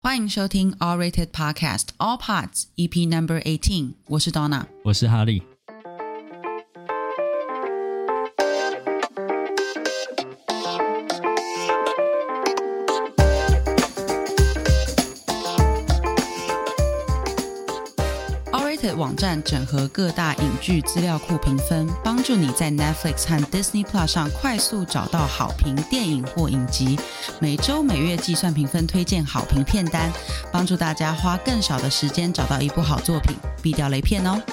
欢迎收听 All-Rated Podcast All Parts EP Number 18， 我是 Donna， 我是哈利。 All-Rated 网站整合各大影剧资料库评分，帮助你在 Netflix 和 Disney Plus 上快速找到好评电影或影集，每周每月计算评分，推荐好评片单，帮助大家花更少的时间找到一部好作品，避掉雷片哦。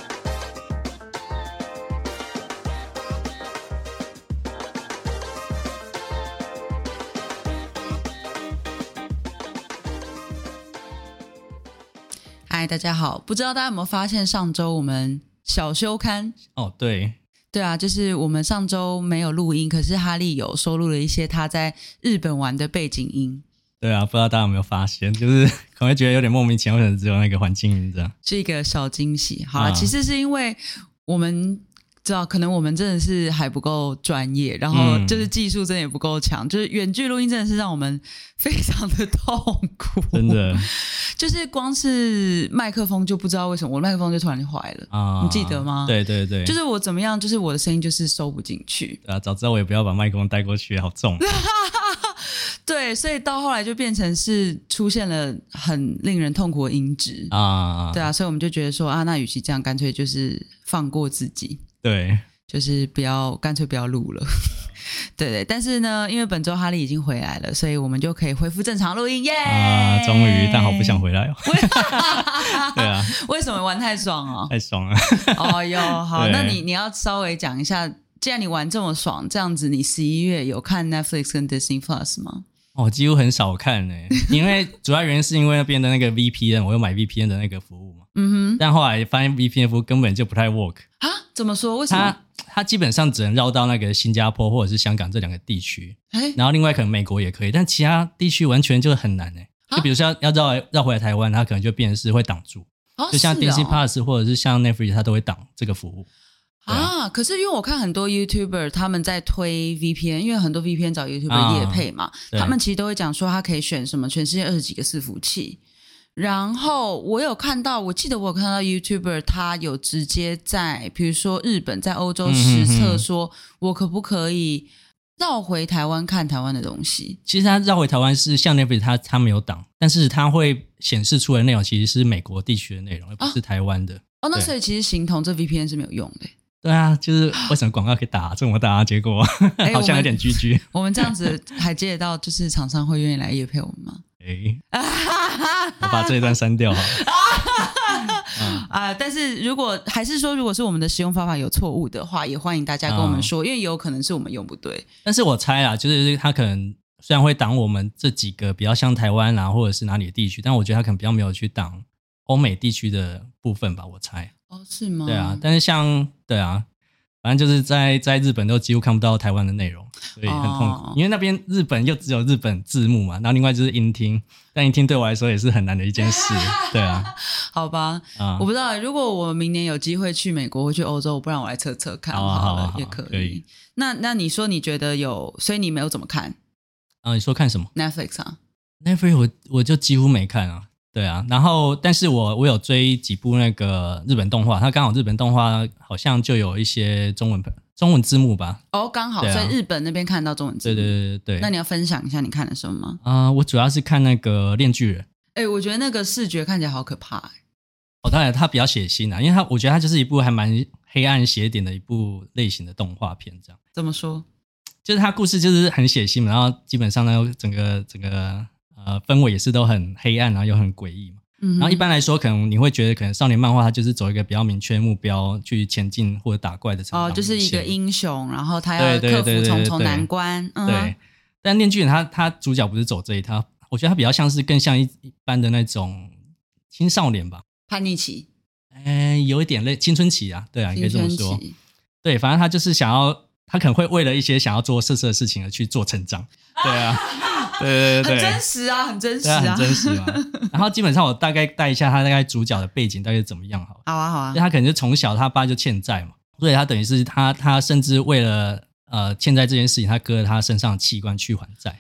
嗨，大家好，不知道大家有没有发现上周我们小休刊哦，对啊，就是我们上周没有录音，可是哈利有收录了一些他在日本玩的背景音。 对啊，不知道大家有没有发现，就是可能会觉得有点莫名其妙，为什么只有那个环境音这样， 是一个小惊喜。好了，其实是因为我们知道可能我们真的是还不够专业，然后就是技术真的也不够强，就是远距录音真的是让我们非常的痛苦， 真的就是光是麦克风就不知道为什么我的麦克风就突然就坏了，你记得吗？ 对对对， 就是我怎么样，就是我的声音就是收不进去。 对啊，早知道我也不要把麦克风带过去，好重对，所以到后来就变成是出现了很令人痛苦的音质对啊，所以我们就觉得说那与其这样，干脆就是放过自己， 对， 就是干脆不要录了对对，但是呢，因为本周哈利已经回来了，所以我们就可以恢复正常录音耶终于，但好不想回来哦对啊， 为什么玩太爽哦？ 太爽了哦哟，好，那你要稍微讲一下，既然你玩这么爽，这样子你11月有看 Netflix 跟 Disney Plus 吗？ 我几乎很少看因为主要原因是因为那边的那个 VPN， 我有买 VPN 的那个服务嘛，但后来发现 VPN 服务根本就不太 work 啊？怎么说？为什么？ 它基本上只能绕到那个新加坡或者是香港这两个地区，然后另外可能美国也可以，但其他地区完全就很难就比如说要绕回来台湾，它可能就变成是会挡住，就像 Disney Plus 或者是像 Netflix 它都会挡这个服务可是因为我看很多 YouTuber 他们在推 VPN， 因为很多 VPN 找 YouTuber 业配嘛，他们其实都会讲说他可以选什么全世界20几个伺服器，然后我记得我有看到 YouTuber 他有直接在比如说日本在欧洲实测说我可不可以绕回台湾看台湾的东西。 其实他绕回台湾是像 Netflix 他没有挡，但是他会显示出来的内容其实是美国地区的内容，而不是台湾的那所以其实形同这 VPN 是没有用的。 对啊，就是为什么广告可以打这么大，结果好像有点 GG 我们这样子还接得到就是厂商会愿意来业配我们吗？ 我把这一段删掉好了但是如果是我们的使用方法有错误的话，也欢迎大家跟我们说，因为有可能是我们用不对。 但是我猜就是他可能虽然会挡我们这几个比较像台湾或者是哪里的地区，但我觉得他可能比较没有去挡欧美地区的部分吧，我猜。 是吗？ 对啊，但是反正就是在日本都几乎看不到台湾的内容，所以很痛苦因为那边日本又只有日本字幕嘛，然后另外就是音听，但音听对我来说也是很难的一件事对啊， 好吧我不知道，如果我明年有机会去美国或去欧洲，不然我来测测看好了也可以。那你说你觉得所以你没有怎么看你说看什么 Netflix Netflix 我就几乎没看对啊，然后但是我有追几部那个日本动画，它刚好日本动画好像就有一些中文字幕吧。 刚好所以日本那边看到中文字幕。 对。 那你要分享一下你看了什么吗？ 我主要是看那个链锯人。 我觉得那个视觉看起来好可怕当然它比较血腥因为我觉得它就是一部还蛮黑暗血点的一部类型的动画片这样。 怎么说？ 就是它故事就是很血腥然后基本上呢整个氛围也是都很黑暗，然后又很诡异嘛。然后一般来说，可能你会觉得，可能少年漫画它就是走一个比较明确目标去前进或者打怪的成长就是一个英雄，然后他要克服重重难关。 对，但链锯人他主角不是走这一套，我觉得他比较像是更像一般的那种青少年吧， 叛逆期， 有一点类青春期对啊，你可以这么说。对，反正他就是他可能会为了一些想要做色的事情而去做成长。对啊。对， 很真实很真实很真实然后基本上我大概带一下他大概主角的背景大概是怎么样好啊。 他可能就从小他爸就欠债嘛，所以他等于是他甚至为了欠债这件事情，他割了他身上的器官去还债。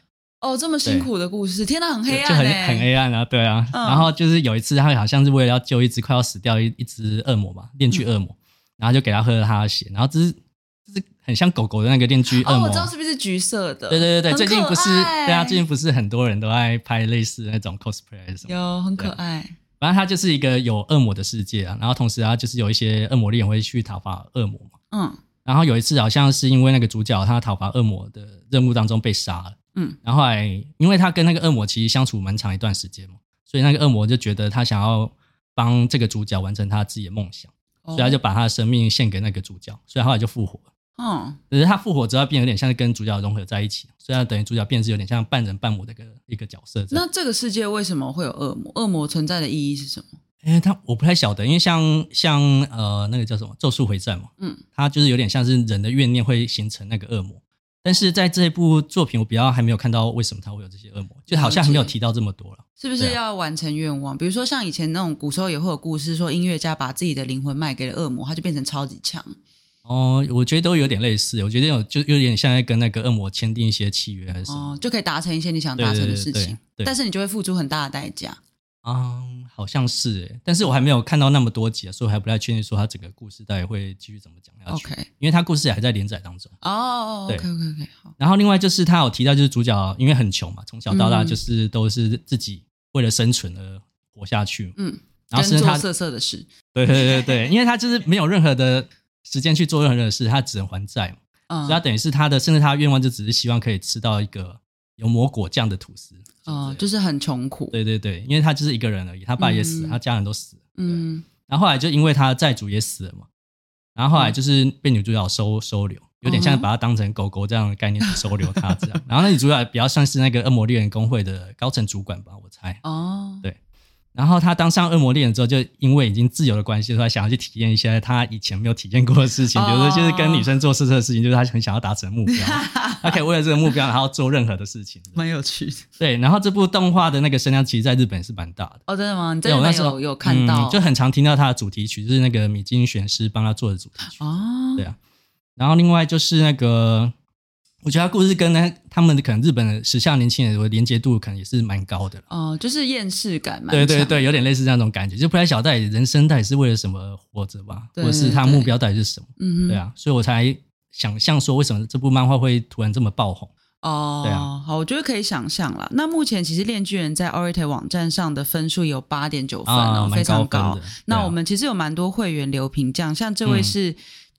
哦，这么辛苦的故事，天哪，很黑暗， 就很黑暗啊，对啊。然后就是有一次，他好像是为了要救一只快要死掉一只恶魔吧，链锯恶魔，然后就给他喝了他的血，然后这是很像狗狗的那个链锯恶魔。 我知道是不是橘色的？ 对，最近不是对啊，最近不是很多人都在拍类似的那种 cosplay 还是什么？ 有，很可爱。 反正它就是一个有恶魔的世界啊，然后同时它就是有一些恶魔猎人会去讨伐恶魔嘛。然后有一次好像是因为那个主角他讨伐恶魔的任务当中被杀了。然后后来因为他跟那个恶魔其实相处蛮长一段时间嘛，所以那个恶魔就觉得他想要帮这个主角完成他自己的梦想，所以他就把他的生命献给那个主角，所以后来就复活了。可是他复活之后变有点像是跟主角融合在一起，所以他等于主角变是有点像半人半魔的一个角色。 那这个世界为什么会有恶魔？恶魔存在的意义是什么？ 我不太晓得，因为像那个叫什么咒术回战嘛，它就是有点像是人的怨念会形成那个恶魔。但是在这部作品我比较还没有看到为什么他会有这些恶魔，就好像还没有提到这么多了。 是不是要完成愿望？比如说像以前那种古时候也会有故事说音乐家把自己的灵魂卖给了恶魔，他就变成超级强。 我觉得都有点类似，我觉得有点像在跟那个恶魔签订一些契约还是什么， 就可以达成一些你想达成的事情。 对， 但是你就会付出很大的代价。 好像是但是我还没有看到那么多集，所以我还不太确定说他整个故事到底会继续怎么讲下去。 OK， 因为他故事还在连载当中。 OK， 好。 然后另外就是他有提到，就是主角因为很穷嘛，从小到大就是都是自己为了生存而活下去。然后跟做色色的事。 对，因为他就是没有任何的时间去做任何的事，他只能还债嘛。所以他等于是甚至他的愿望就只是希望可以吃到一个有抹果酱的吐司。 就是很穷苦。 对，因为他就是一个人而已，他爸也死了，他家人都死了。然后后来就因为他债主也死了嘛，然后后来就是被女主角收留，有点像把他当成狗狗这样的概念去收留他这样。然后那女主角比较算是那个恶魔猎人工会的高层主管吧，我猜。对。然后他当上恶魔猎人之后，就因为已经自由的关系，所以他想要去体验一些他以前没有体验过的事情，比如说就是跟女生做色色的事情，就是他很想要达成目标。他可以为了这个目标然后做任何的事情， 蛮有趣的。 对，然后这部动画的那个声量其实在日本是蛮大的。 真的吗？你在日本有看到？ 就很常听到他的主题曲，就是那个米津玄师帮他做的主题曲。对啊。然后另外就是那个我觉得他故事跟他们可能日本的时下年轻人的连结度可能也是蛮高的。 就是厌世感蛮强。 对，有点类似那种感觉，就不太晓得人生到底是为了什么活着吧，或者是他目标到底是什么。对啊，所以我才想象说为什么这部漫画会突然这么爆红。对啊， 好，我觉得可以想象啦。那目前其实链锯人在 Orate 网站上的分数有 8.9 分非常高。那我们其实有蛮多会员留评价，像这位是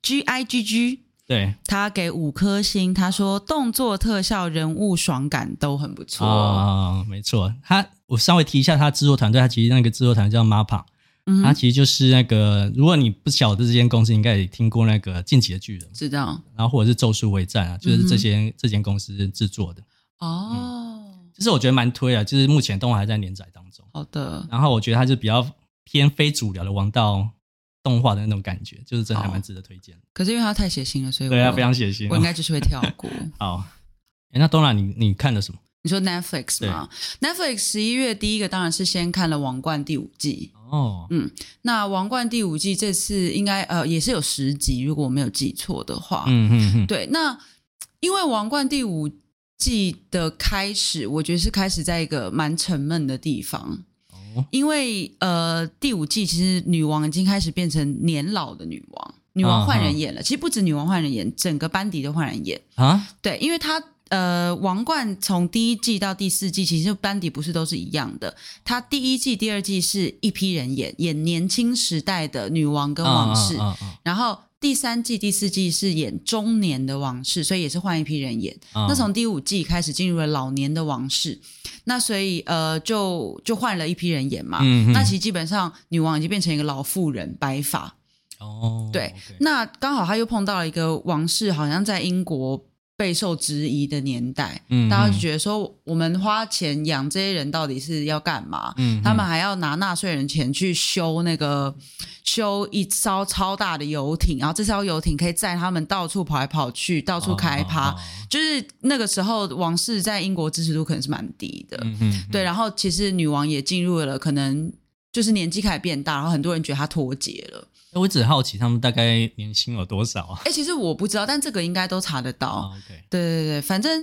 GIGG。 对， 他给5颗星，他说动作特效人物爽感都很不错。 没错，我稍微提一下他制作团队，他其实那个制作团队叫 MAPPA。他其实就是那个，如果你不晓得这间公司，应该也听过那个进击的巨人， 知道， 然后或者是咒术回战啊，就是这间公司制作的。就是我觉得蛮推啊，就是目前动画还在连载当中。 好的， 然后我觉得它就比较偏非主流的王道动画的那种感觉，就是真的还蛮值得推荐。 可是因为它太血腥了，所以对啊，非常血腥， 我应该就是会跳过。 好，那东然你看了什么？ 你说 Netflix 吗？ Netflix 11月第一个当然是先看了《王冠》第5季。那《王冠》第5季这次应该也是有10集，如果我没有记错的话。对，那因为《王冠》第5季的开始，我觉得是开始在一个蛮沉闷的地方。因为第5季其实女王已经开始变成年老的女王，女王换人演了。其实不止女王换人演，整个班底都换人演啊。对，因为她王冠从第1季到第4季，其实班底不是都是一样的。她第1季、第2季是一批人演年轻时代的女王跟王室，然后第3季、第4季是演中年的王室，所以也是换一批人演。那从第5季开始进入了老年的王室。那所以就换了一批人演嘛。那其实基本上女王已经变成一个老妇人，白发。对。那刚好他又碰到了一个王室好像在英国备受质疑的年代。大家就觉得说我们花钱养这些人到底是要干嘛？他们还要拿纳税人钱去修一艘超大的游艇，然后这艘游艇可以载他们到处跑来跑去，到处开趴。就是那个时候王室在英国支持度可能是蛮低的。对，然后其实女王也进入了可能就是年纪开始变大，然后很多人觉得她脱节了。 我只好奇他们大概年薪有多少啊？ 其实我不知道，但这个应该都查得到。对，反正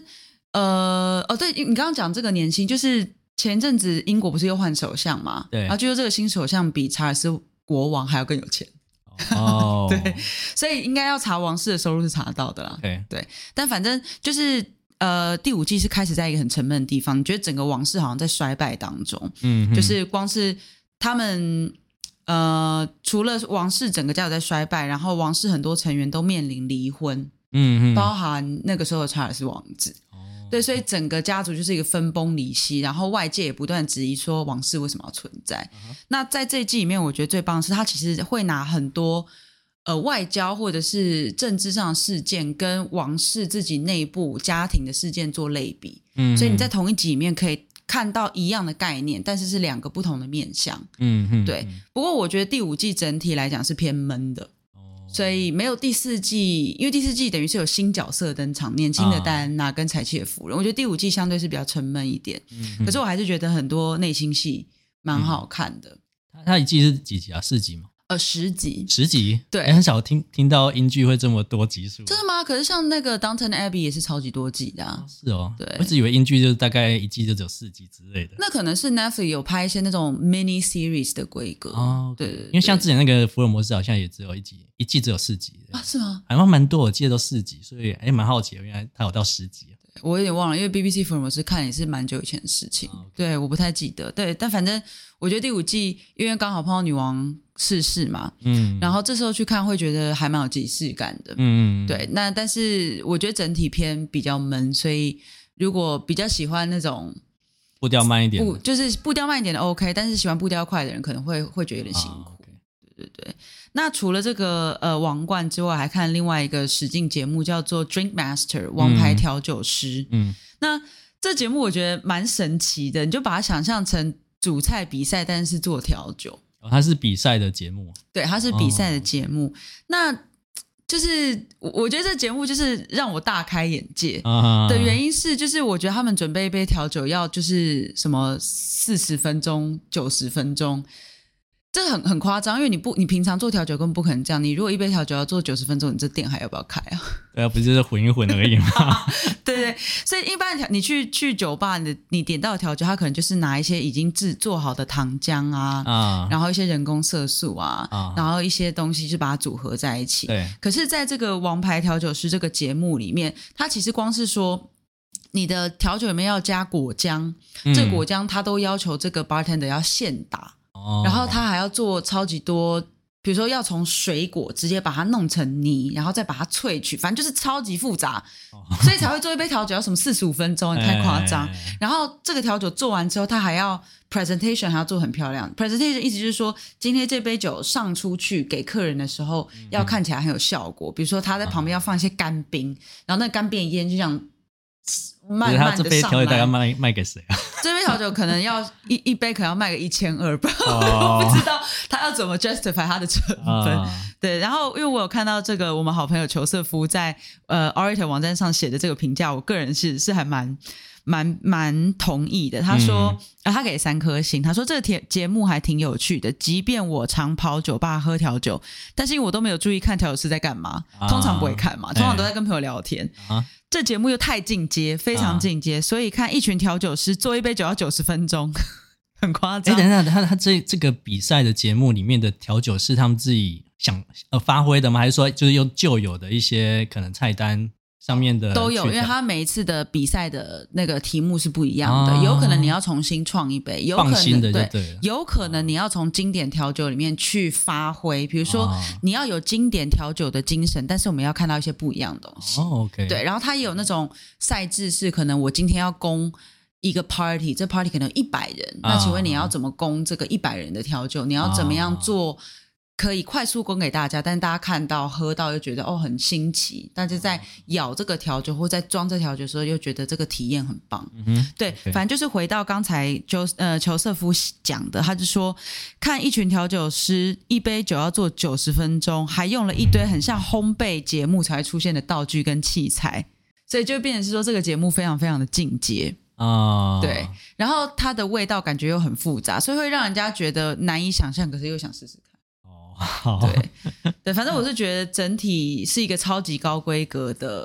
对，你刚刚讲这个年薪，就是前阵子英国不是又换首相嘛？ 对， 然后就说这个新首相比查尔斯国王还要更有钱。 哦， 对，所以应该要查王室的收入是查得到的啦。对，但反正就是第5季是开始在一个很沉闷的地方，你觉得整个王室好像在衰败当中。就是光是他们除了王室整个家族在衰败，然后王室很多成员都面临离婚，包含那个时候的查尔斯王子。对，所以整个家族就是一个分崩离析，然后外界也不断质疑说王室为什么要存在。那在这一季里面，我觉得最棒的是他其实会拿很多外交或者是政治上的事件跟王室自己内部家庭的事件做类比。所以你在同一集里面可以看到一样的概念，但是是2个不同的面向。对。不过我觉得第5季整体来讲是偏闷的。所以没有第4季，因为第4季等于是有新角色登场，年轻的戴安娜跟才气的夫人。我觉得第5季相对是比较沉闷一点。可是我还是觉得很多内心戏蛮好看的。 它一季是几集啊？4集吗 ？10集。 10集？ 对， 很少听到英剧会这么多集数。 真的吗？可是像那个 Downton Abbey 也是超级多集的啊。 是哦。 对， 我一直以为英剧就是大概一季就只有4集之类的。 那可能是 Netflix 有拍一些那种 mini series 的规格。对， 因为像之前那个福尔摩斯好像也只有一季只有4集啊。是吗？ 好像蛮多，我记得都4集，所以蛮好奇的，原来它有到10集。 我有点忘了，因为 BBC 福尔摩斯看也是蛮久以前的事情。对，我不太记得。对，但反正我觉得第5季因为刚好碰到女王逝世嘛，然后这时候去看会觉得还蛮有即视感的。对，那但是我觉得整体偏比较闷，所以如果比较喜欢那种步调慢一点的， 就是步调慢一点的 OK， 但是喜欢步调快的人可能会觉得有点辛苦。对。那除了这个王冠之外，还看另外一个实境节目叫做 Drink Master 王牌调酒师。那这节目我觉得蛮神奇的，你就把它想象成煮菜比赛，但是做调酒。 它是比赛的节目。 对，它是比赛的节目。那就是我觉得这节目就是让我大开眼界的原因是，就是我觉得他们准备一杯调酒要就是什么40分钟、90分钟。这很夸张，因为你平常做调酒根本不可能这样。你如果一杯调酒要做90分钟，你这店还要不要开啊？ 对啊，不就是混一混而已吗？ 对，所以一般你去酒吧，你点到的调酒，它可能就是拿一些已经做好的糖浆啊，然后一些人工色素啊，然后一些东西就把它组合在一起。 对。 可是在这个王牌调酒师这个节目里面，它其实光是说你的调酒里面要加果浆，这个果浆它都要求这个 bartender 要现打。然后他还要做超级多，比如说要从水果直接把它弄成泥，然后再把它萃取，反正就是超级复杂，所以才会做一杯调酒要什么45分钟，你太夸张。然后这个调酒做完之后，他还要 presentation 还要做很漂亮。presentation 意思就是说，今天这杯酒上出去给客人的时候，要看起来很有效果。比如说他在旁边要放一些干冰，然后那干冰烟就这样慢慢的上来。 他这杯调酒大概卖给谁啊？ 这杯调酒可能要一杯可能要卖个1200吧，我不知道他要怎么 justify 他的成本。对，然后因为我有看到这个我们好朋友裘瑟夫在Orator 网站上写的这个评价，我个人是还蛮同意的。他说他给3颗星，他说这个节目还挺有趣的，即便我常跑酒吧喝调酒，但是因为我都没有注意看调酒师在干嘛，通常不会看嘛，通常都在跟朋友聊天。这节目又太进阶，非常进阶，所以看一群调酒师做一杯酒要90分钟，很夸张。 等一下，他这个比赛的节目里面的调酒是他们自己想发挥的吗？还是说就是用旧有的一些可能菜单上面的都有？因为他每一次的比赛的那个题目是不一样的，有可能你要重新创一杯，有可能放心的就对了， 有可能你要从经典调酒里面去发挥，比如说你要有经典调酒的精神，但是我们要看到一些不一样的东西。 OK， 对，然后他也有那种赛制是可能我今天要供一个 party， 这 party 可能有100人，那请问你要怎么供这个100人的调酒？你要怎么样做？可以快速供给大家，但是大家看到喝到又觉得很新奇，但是在咬这个调酒或在装这调酒的时候又觉得这个体验很棒。对，反正就是回到刚才裘瑟夫讲的，他就说看一群调酒师一杯酒要做90分钟，还用了一堆很像烘焙节目才会出现的道具跟器材，所以就变成是说这个节目非常非常的进阶。对，然后它的味道感觉又很复杂，所以会让人家觉得难以想象，可是又想试试看。对，反正我是觉得整体是一个超级高规格的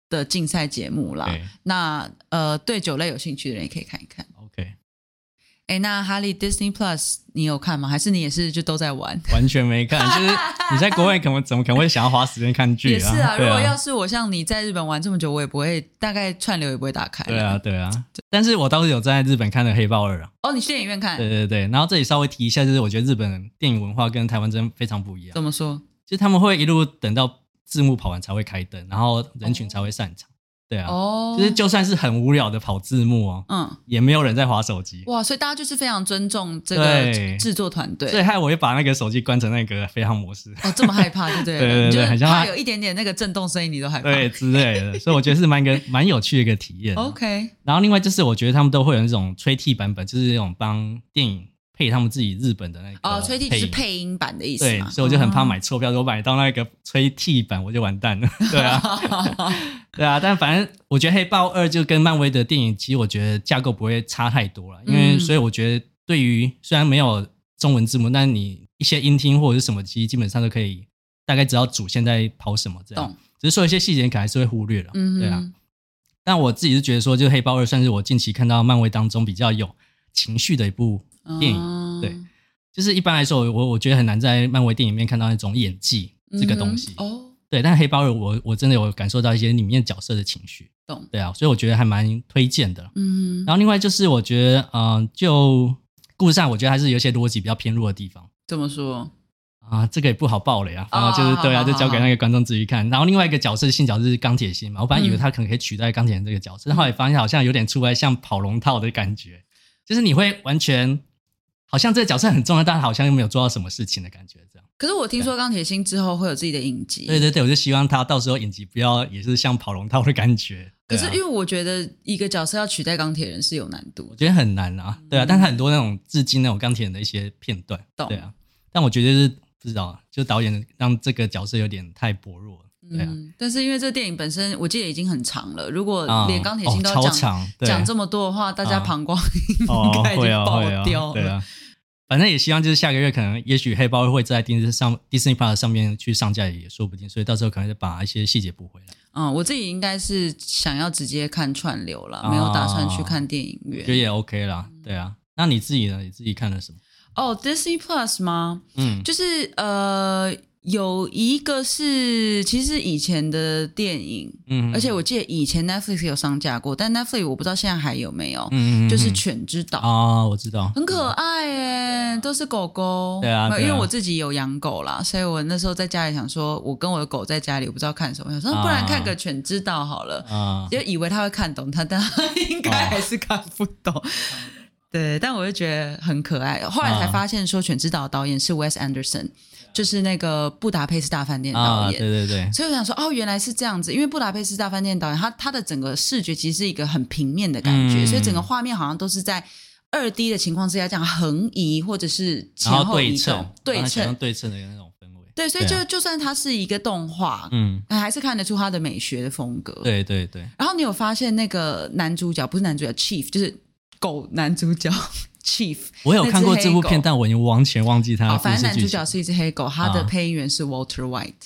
的竞赛节目啦。那对酒类有兴趣的人也可以看一看。 OK。 那哈利 Disney Plus 你有看吗？还是你也是就都在玩？ 完全没看，就是你在国外怎么可能会想要花时间看剧啊？ 也是啊，如果要是我像你在日本玩这么久，我也不会，大概串流也不会打开。 对啊。但是我倒是有在日本看的《黑豹2》啊。 你去电影院看？ 对。然后这里稍微提一下，就是我觉得日本电影文化跟台湾真的非常不一样。 怎么说？ 就是他们会一路等到字幕跑完才会开灯，然后人群才会散场。对啊，就是就算是很无聊的跑字幕也没有人在滑手机。 哇，所以大家就是非常尊重这个制作团队。 所以害我会把那个手机关成那个飞航模式。 这么害怕，对不对？ 对，很像怕有一点点那个震动声音你都害怕。 对之类的，所以我觉得是蛮有趣的一个体验。 OK。 然后另外就是我觉得他们都会有那种吹替版本，就是那种帮电影配他们自己日本的那个吹替就是配音版的意思嘛。 对，所以我就很怕买错票，如果买到那个吹替版我就完蛋了。对啊。对啊，但反正我觉得《黑豹2》就跟漫威的电影，其实我觉得架构不会差太多了，因为所以我觉得对于虽然没有中文字幕，但你一些音听或者是什么，其实基本上都可以大概知道主线在跑什么这样。只是说一些细节可能还是会忽略了。对啊。但我自己是觉得说，就《黑豹2》算是我近期看到漫威当中比较有情绪的一部电影。对，就是一般来说我觉得很难在漫威电影里面看到那种演技这个东西。对，但黑豹2我真的有感受到一些里面角色的情绪。对啊，所以我觉得还蛮推荐的。然后另外就是我觉得就故事上我觉得还是有一些逻辑比较偏弱的地方。 怎么说这个也不好爆雷啊，然后就是对啊，就交给那个观众自己看。然后另外一个角色新角色是钢铁心嘛，我本来以为他可能可以取代钢铁人这个角色，但后来发现好像有点出来像跑龙套的感觉，就是你会完全好像这个角色很重要，但好像又没有做到什么事情的感觉这样。 可是我听说钢铁心之后会有自己的影集。 对，我就希望他到时候影集不要也是像跑龙套的感觉。 可是因为我觉得一个角色要取代钢铁人是有难度， 我觉得很难啊。对啊，但是很多那种致敬那种钢铁人的一些片段。对啊，但我觉得是不知道，就导演让这个角色有点太薄弱了。对啊， 但是因为这电影本身我记得已经很长了，如果连钢铁心都要讲这么多的话，大家膀胱应该已经爆掉了。 对啊，反正也希望就是下个月可能也许黑豹会在Disney Plus 上面去上架也说不定，所以到时候可能就把一些细节补回来。 我自己应该是想要直接看串流啦，没有打算去看电影院。 觉得也 OK 啦。对啊，那你自己呢？你自己看了什么 ？Disney Plus 吗？就是有一个是其实以前的电影，而且我记得以前 Netflix 有上架过，但 Netflix 我不知道现在还有没有，就是犬之岛我知道， 很可爱耶，都是狗狗。 对啊， 因为我自己有养狗啦，所以我那时候在家里想说，我跟我的狗在家里，我不知道看什么，想说不然看个犬之岛好了，就以为他会看懂它，但他应该还是看不懂。对，但我就觉得很可爱。后来才发现说，犬之岛的导演是 Wes Anderson。就是那个布达佩斯大饭店导演。 对， 所以我想说原来是这样子，因为布达佩斯大饭店导演他的整个视觉其实是一个很平面的感觉，所以整个画面好像都是在2D 的情况之下这样横移或者是前后移动对称的那种氛围。 对，所以就算它是一个动画，还是看得出它的美学的风格。 对。 然后你有发现那个男主角不是男主角 Chief， 就是狗男主角Chief， 我有看过这部片，但我已经完全忘记他的故事剧情。 反正男主角是一只黑狗，他的配音员是 Walter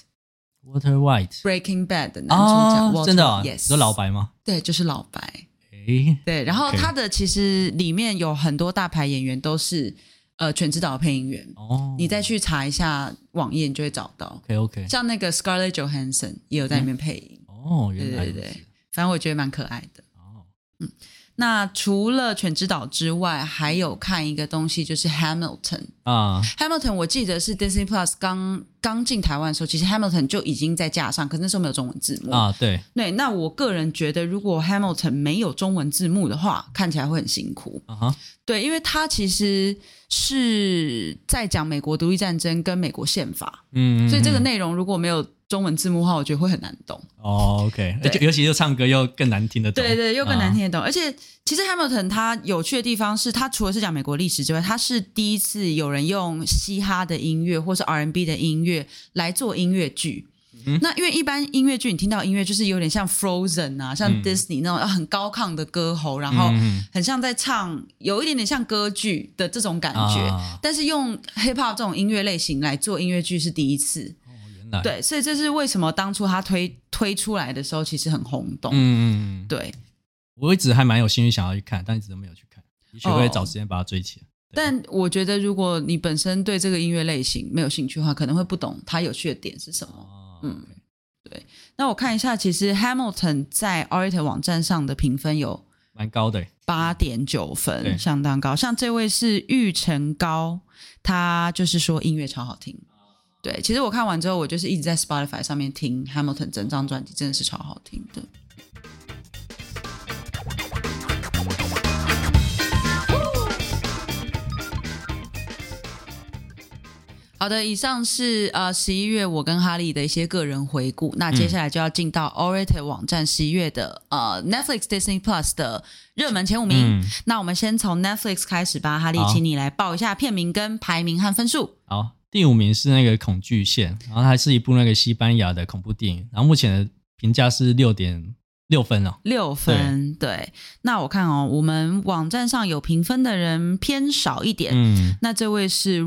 White。Breaking Bad 的男主角， 真的 Yes， 是老白吗？ 对，就是老白。对，然后他的其实里面有很多大牌演员都是犬之岛的配音员。你再去查一下网页，你就会找到。 OK， 像那个 Scarlett Johansson 也有在里面配音。 原来对，反正我觉得蛮可爱的。那除了犬之岛之外，还有看一个东西，就是 Hamilton。Hamilton 我记得是 Disney Plus 刚进台湾的时候，其实 Hamilton 就已经在架上，可是那时候没有中文字幕对， 那我个人觉得，如果 Hamilton 没有中文字幕的话，看起来会很辛苦。对，因为它其实是在讲美国独立战争跟美国宪法。所以这个内容如果没有中文字幕的话，我觉得会很难懂。 OK， 尤其是唱歌又更难听得懂。 对，又更难听得懂。而且其实 Hamilton 它有趣的地方是，它除了是讲美国历史之外，它是第一次有人用嘻哈的音乐或是 R&B 的音乐来做音乐剧。那因为一般音乐剧你听到音乐就是有点像 Frozen 啊，像 Disney 那种很高亢的歌喉，然后很像在唱，有一点点像歌剧的这种感觉。但是用 hip hop 这种音乐类型来做音乐剧是第一次。 对，所以这是为什么当初他推出来的时候其实很轰动。对， 我一直还蛮有兴趣想要去看，但一直都没有去看，也许会找时间把它追起来。 但我觉得如果你本身对这个音乐类型没有兴趣的话，可能会不懂它有趣的点是什么。对。那我看一下，其实 Hamilton 在 Orator 网站上的评分有蛮高的 ，8.9分，相当高。像这位是玉成高，他就是说音乐超好听。对，其实我看完之后，我就是一直在 Spotify 上面听 Hamilton 整张专辑，真的是超好听的。好的，以上是11月我跟哈利的一些个人回顾。那接下来就要进到 Orator 网站11月的Netflix Disney Plus 的热门前5名。那我们先从 Netflix 开始吧，哈利，请你来报一下片名跟排名和分数。 好，第5名是那个恐惧线，然后它是一部那个西班牙的恐怖电影，然后目前的评价是6分哦，6 分，对。那我看我们网站上有评分的人偏少一点。那这位是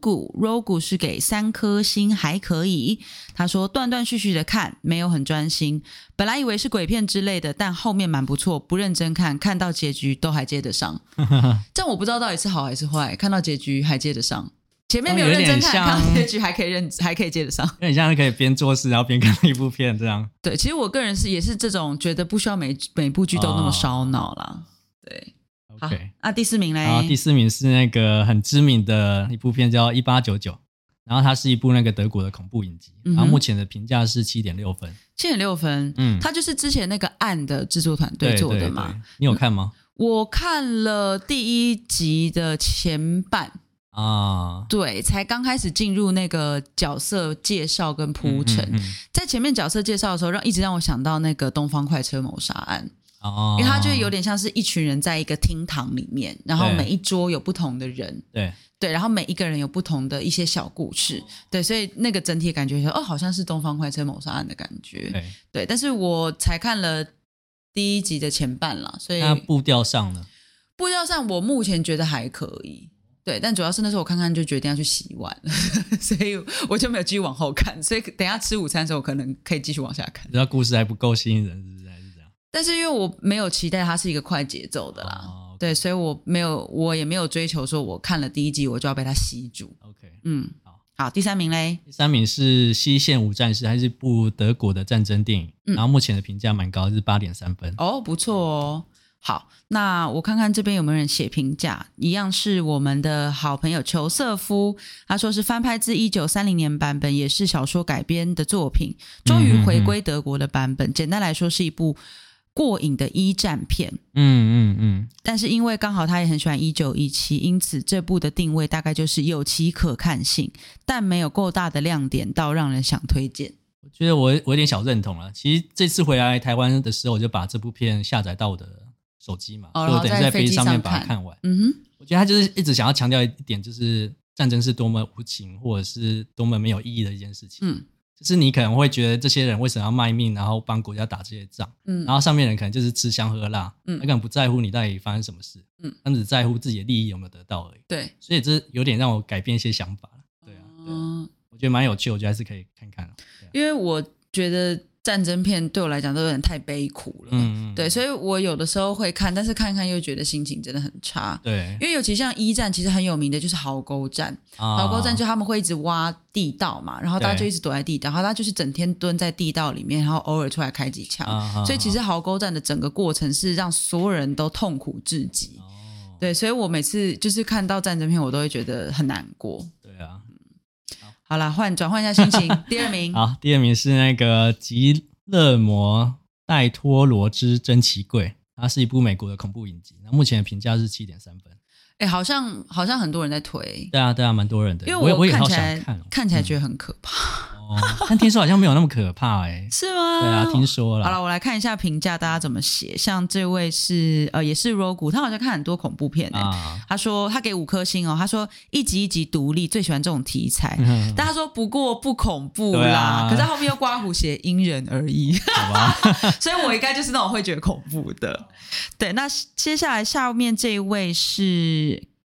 Rogu 是给3颗星，还可以。他说断断续续的看，没有很专心。本来以为是鬼片之类的，但后面蛮不错，不认真看到结局都还接得上。这样我不知道到底是好还是坏，看到结局还接得上。前面没有认真看结局还可以接得上， 有点像可以边做事然后边看一部片这样。 对，其实我个人也是这种觉得不需要每部剧都那么烧脑啦。对 ，OK。 那第4名嘞？ 好，第4名是那个很知名的一部片叫1899，然后它是一部那个德国的恐怖影集，然后目前的评价是7.6分。 7.6分，它就是之前那个暗的制作团队做的嘛。 对，你有看吗？ 我看了第1集的前半。对，才刚开始进入那个角色介绍跟铺陈。在前面角色介绍的时候，一直让我想到那个东方快车谋杀案。因为它就有点像是一群人在一个厅堂里面，然后每一桌有不同的人，对，然后每一个人有不同的一些小故事，对，所以那个整体的感觉好像是东方快车谋杀案的感觉。对，但是我才看了第1集的前半啦，所以那步调上呢？ 步调上我目前觉得还可以。对，但主要是那时候我看看就决定要去洗碗了，所以我就没有继续往后看。所以等一下吃午餐的时候，我可能可以继续往下看。 你知道故事还不够吸引人，是不是？还是这样？ 但是因为我没有期待它是一个快节奏的啦，对，所以我也没有追求说我看了第1集我就要被它吸住。 OK， 好，第3名嘞？ 第3名是《西线无战事》，还是一部德国的战争电影，然后目前的评价蛮高，是8.3分。 不错哦。好，那我看看这边有没有人写评价，一样是我们的好朋友裘瑟夫，他说是翻拍自1930年版本，也是小说改编的作品，终于回归德国的版本。简单来说是一部过瘾的1战片。但是因为刚好他也很喜欢1917，因此这部的定位大概就是有其可看性，但没有够大的亮点到让人想推荐。 我觉得我有点小认同了。其实这次回来台湾的时候，我就把这部片下载到我的手机嘛，所以我等于在飞机上面把它看完。我觉得他就是一直想要强调一点，就是战争是多么无情，或者是多么没有意义的一件事情。就是你可能会觉得这些人为什么要卖命，然后帮国家打这些仗，然后上面人可能就是吃香喝辣，他根本不在乎你到底发生什么事，他只在乎自己的利益有没有得到而已。 对， 所以这有点让我改变一些想法。对啊，我觉得蛮有趣，我觉得还是可以看看。 因为我觉得战争片对我来讲都有点太悲苦了，对，所以我有的时候会看，但是看看又觉得心情真的很差。 对， 因为尤其像1战，其实很有名的就是壕沟战。壕沟战就他们会一直挖地道嘛，然后大家就一直躲在地道，然后他就是整天蹲在地道里面，然后偶尔出来开几枪。所以其实壕沟战的整个过程是让所有人都痛苦至极。对，所以我每次就是看到战争片，我都会觉得很难过。 对啊。 好啦，转换一下心情。第2名， 好，第2名是那个吉勒摩戴托罗之珍奇柜，它是一部美国的恐怖影集，那目前的评价是7.3分。 好像很多人在推。 对啊，蛮多人的。 因为我也好想看起来觉得很可怕。 但听说好像没有那么可怕。 是吗？ 对啊，听说了。 好了，我来看一下评价，大家怎么写。像这位是也是 Rogu， 他好像看很多恐怖片他说他给5颗星他说一集一集独立，最喜欢这种题材。但他说不过不恐怖啦，可是他后面又刮胡写因人而异。 好吧。 所以我应该就是那种会觉得恐怖的。对，那接下来下面这一位是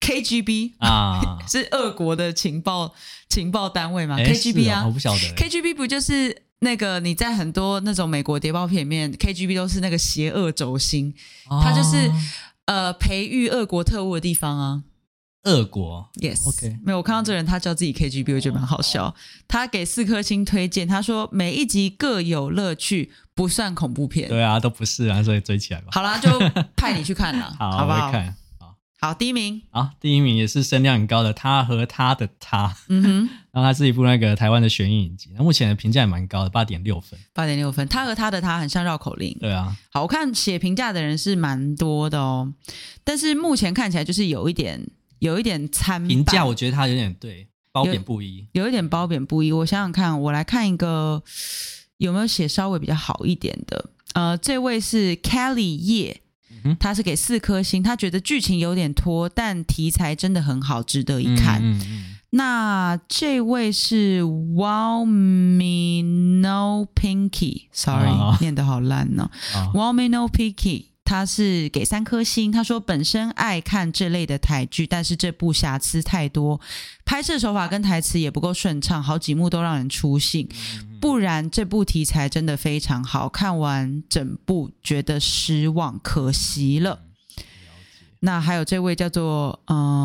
KGB 啊， 是俄国的情报单位吗 ？KGB 啊， 我不晓得。 KGB 不就是那个你在很多那种美国谍报片里面 KGB 都是那个邪恶轴心，它就是培育俄国特务的地方啊。 俄国 Yes OK 没有，我看到这人他叫自己 KGB 我觉得蛮好笑。他给4颗星推荐，他说每一集各有乐趣，不算恐怖片。 对啊，都不是啊，所以追起来吧。 好啦，就派你去看了好不好？ 我会看。 好，第一名。 好，第一名也是声量很高的《他和他的他》。然后它是一部那个台湾的悬疑影集，那目前的评价也蛮高的，8.6分。 8.6分，他和他的他很像绕口令。 对啊。 好，我看写评价的人是蛮多的哦，但是目前看起来就是有一点参半。 评价我觉得它有点对褒贬不一， 有一点褒贬不一。我想想看，我来看一个有没有写稍微比较好一点的。这位是 Kelly 叶。他是给4颗星，他觉得剧情有点拖，但题材真的很好，值得一看。那这位是 Wow Me No Pinky Sorry、念得好烂哦。Wow Me No Pinky 他是给3颗星，他说本身爱看这类的台剧，但是这部瑕疵太多，拍摄手法跟台词也不够顺畅，好几幕都让人出戏，不然这部题材真的非常好，看完整部觉得失望，可惜了。那还有这位叫做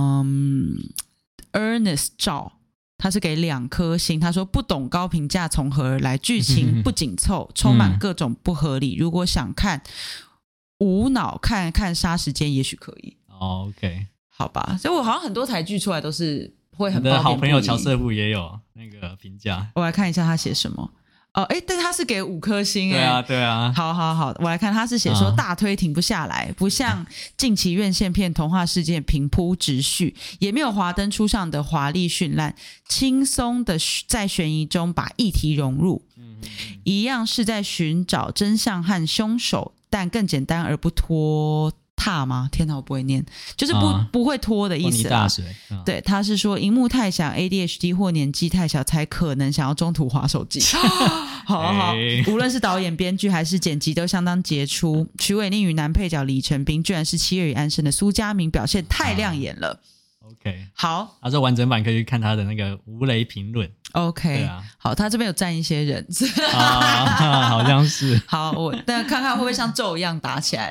Ernest 赵，他是给2颗星，他说不懂高评价从何而来，剧情不紧凑，充满各种不合理，如果想看无脑看看杀时间也许可以。 OK 好吧，所以我好像很多台剧出来都是会很褒贬不一。 你的好朋友乔瑟夫也有那个评价， 我来看一下他写什么。但他是给5颗星。 对啊。 好，我来看，他是写说大推停不下来，不像近期院线片童话世界平铺直叙，也没有华灯初上的华丽绚烂，轻松的在悬疑中把议题融入，一样是在寻找真相和凶手，但更简单而不拖沓吗？天哪，我不会念，就是不会拖的意思啦。对，他是说荧幕太小 ADHD 或年纪太小才可能想要中途滑手机。好，无论是导演编剧还是剪辑都相当杰出，徐伟宁与男配角李成斌居然是7月与安生的苏佳明，表现太亮眼了。 OK 好， 他说完整版可以去看他的那个无雷评论。 OK 好，他这边有站一些人。 好像是。 好，我看看会不会像咒一样打起来。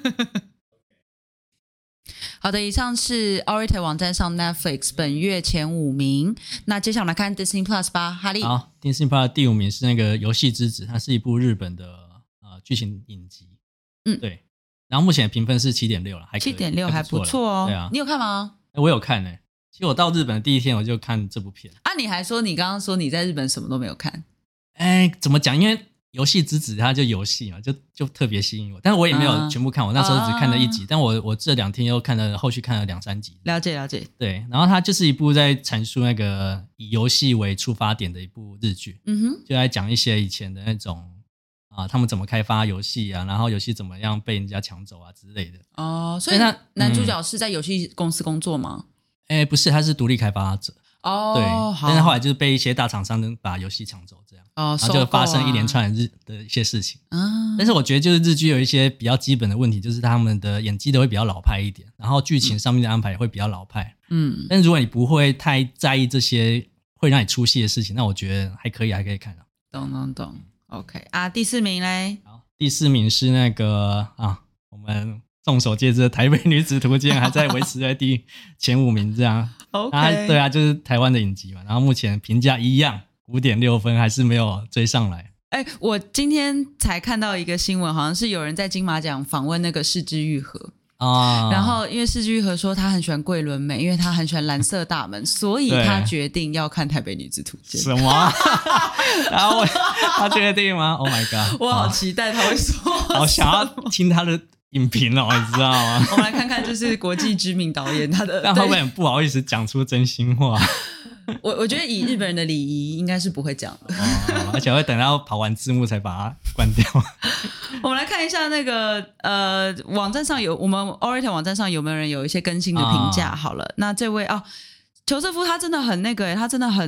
好的，以上是 Orator 网站上 Netflix 本月前5名。那接下来我们来看 Disney Plus 吧，哈利。 好， Disney Plus 第5名是那个游戏之子，它是一部日本的剧情影集。对。然后目前的评分是 7.6 了，还可以 7.6 还不错哦。 对啊， 你有看吗？ 我有看其实我到日本的第一天我就看这部片。 你还说你刚刚说你在日本什么都没有看。 怎么讲？因为游戏之子它就游戏嘛，就特别吸引我，但是我也没有全部看，我那时候只看了1集，但我这2天又后续看了2-3集。 了解。 对，然后它就是一部在阐述那个以游戏为出发点的一部日剧。就在讲一些以前的那种他们怎么开发游戏啊，然后游戏怎么样被人家抢走啊之类的。 所以男主角是在游戏公司工作吗？ 不是，他是独立开发者。对，但是后来就是被一些大厂商把游戏抢走这样。然后就发生一连串的一些事情。但是我觉得就是日剧有一些比较基本的问题，就是他们的演技都会比较老派一点，然后剧情上面的安排也会比较老派。但是如果你不会太在意这些会让你出戏的事情，那我觉得还可以看。 懂。OK 第4名嘞。 好，第4名是那个我们众所皆知的台北女子图鉴，还在维持在前5名这样。 OK 对啊，就是台湾的影集嘛，然后目前评价一样5.6分，还是没有追上来。 我今天才看到一个新闻，好像是有人在金马奖访问那个是枝裕和。然后因为是枝裕和说他很喜欢桂纶镁，因为他很喜欢蓝色大门，所以他决定要看台北女子图鉴。 什么？然后他确定吗？ Oh my god， 我好期待他会说。 好想要听他的影评你知道吗？ 我们来看看就是国际知名导演他的。 但会不会很不好意思讲出真心话？ 我觉得以日本人的礼仪应该是不会讲的。 而且会等到跑完字幕才把它关掉。 我们来看一下那个网站上我们 Orator 网站上有没有人有一些更新的评价。好了，那这位裘瑟夫他真的很他真的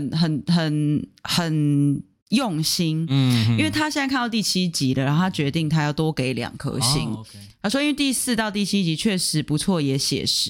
很用心。因为他现在看到第7集了，然后他决定他要多给2颗星。他说因为第4到第7集确实不错，也写实，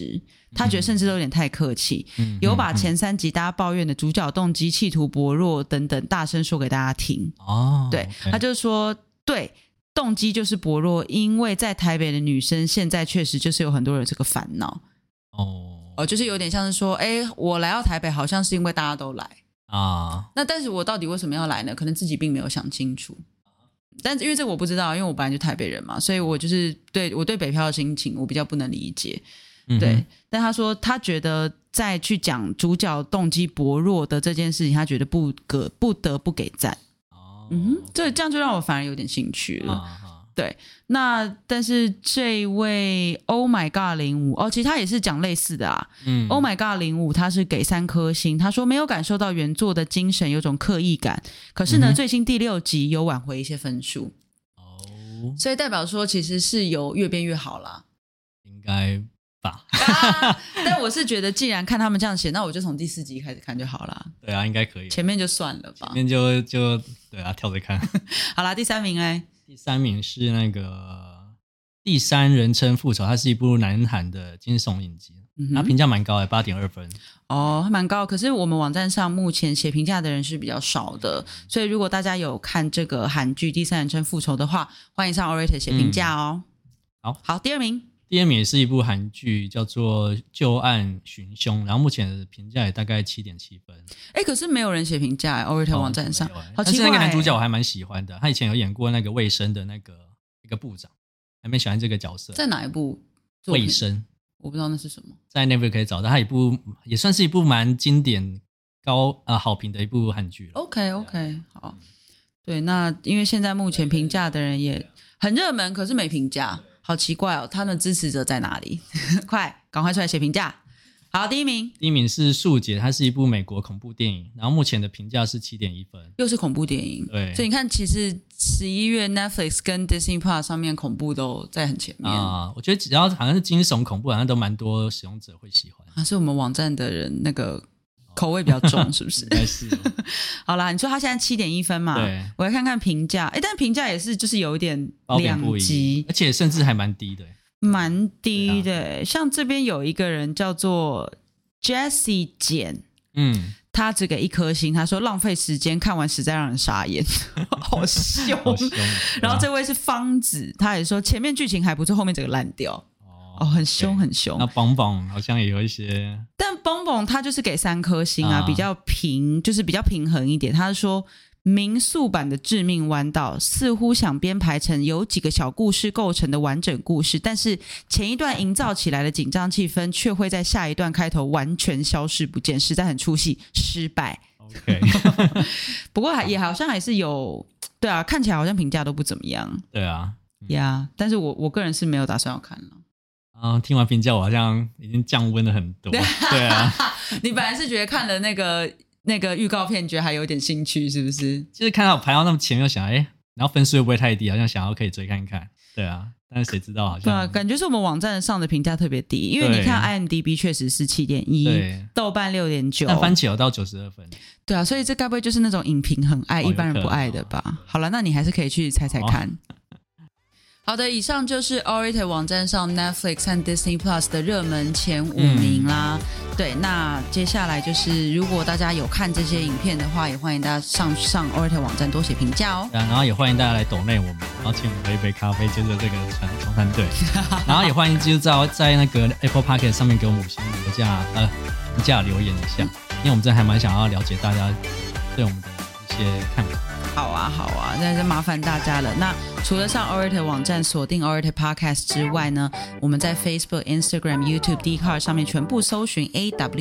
他觉得甚至都有点太客气，有把前3集大家抱怨的主角动机、企图薄弱等等大声说给大家听。对，他就说对，动机就是薄弱，因为在台北的女生现在确实就是有很多人这个烦恼。就是有点像是说我来到台北好像是因为大家都来那但是我到底为什么要来呢？可能自己并没有想清楚。但是因为这个我不知道，因为我本来就台北人嘛，所以我就是我对北漂的心情我比较不能理解。对，但他说他觉得在去讲主角动机薄弱的这件事情，他觉得不得不给赞。这样就让我反而有点兴趣了。对，那但是这位 Oh My God 05其实他也是讲类似的Oh My God 05他是给3颗星，他说没有感受到原作的精神，有种刻意感，可是呢最新第6集有挽回一些分数所以代表说其实是有越变越好啦， 应该吧但我是觉得既然看他们这样写，那我就从第4集开始看就好啦。 对啊，应该可以， 前面就算了吧， 前面就对啊，跳着看好啦，第3名第3名是那个第3人称复仇，它是一部南韩的惊悚影集，它评价蛮高的，8.2分蛮高。可是我们网站上目前写评价的人是比较少的，所以如果大家有看这个韩剧第3人称复仇的话，欢迎上 awwrated 写评价好，第2名也是一部韩剧，叫做《旧案寻凶》，然后目前的评价也大概7.7分。 可是没有人写评价awwrated 网站上，好奇怪。但是那个男主角我还蛮喜欢的，他以前有演过那个卫生的那个一个部长，还蛮喜欢这个角色。 在哪一部卫生？ 我不知道那是什么。 在 Netflix 可以找到，他也算是一部蛮经典好评的一部韩剧了。 OK， 好。对，那因为现在目前评价的人也很热门，可是没评价。好奇怪他们支持者在哪里赶快出来写评价。好，第一名是速解，它是一部美国恐怖电影，然后目前的评价是7.1分， 又是恐怖电影。 对， 所以你看其实11月 Netflix 跟 Disney Plus 上面恐怖都在很前面我觉得只要好像是惊悚恐怖好像都蛮多使用者会喜欢是我们网站的人那个口味比较重是不是？ 应该是好啦，你说他现在7.1分嘛？ 对， 我来看看评价。但评价也是就是有一点两极， 而且甚至还蛮低的。 蛮低的像这边有一个人叫做 Jessie 简他只给1颗星，他说浪费时间，看完实在让人傻眼好凶然后这位是方子，他也说前面剧情还不错，后面整个烂掉很凶很凶。 那邦邦好像也有一些， 但邦邦他就是给3颗星比较就是比较平衡一点。他说民宿版的致命弯道似乎想编排成由几个小故事构成的完整故事，但是前一段营造起来的紧张气氛却会在下一段开头完全消失不见，实在很出戏，失败。 OK 不过也好像还是有，对啊，看起来好像评价都不怎么样。 对啊但是我个人是没有打算要看了听完评价我好像已经降温了很多对啊你本来是觉得看了那个预告片觉得还有点兴趣是不是？ 就是看到排到那么前面想然后分数又不会太低，好像想要可以追看看。对啊，但是谁知道好像对啊，感觉是我们网站上的评价特别低，因为你看 IMDB 确实是 7.1， 豆瓣 6.9， 但番茄有到92分。 对啊，所以这该不会就是那种影评很爱一般人不爱的吧？好了，那你还是可以去猜猜看。好的，以上就是 awwrated 网站上 Netflix 和 Disney Plus 的热门前5名啦。对，那接下来就是如果大家有看这些影片的话，也欢迎大家上 awwrated 网站多写评价然后也欢迎大家来抖内我们，然后请我们喝一杯咖啡，接着这个重团队然后也欢迎就是在那个 Apple Podcast 上面给我们5星评价留言一下，因为我们真的还蛮想要了解大家对我们的一些看法。 好啊，那就麻烦大家了。那除了上 awwrated 网站锁定 awwrated podcast 之外呢，我们在 Facebook、Instagram、YouTube、Dcard 上面全部搜寻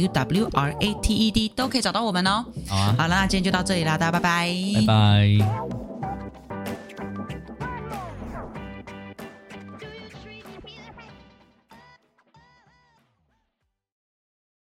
awwrated 都可以找到我们哦。 好了， 那今天就到这里啦，大家拜拜。 拜拜。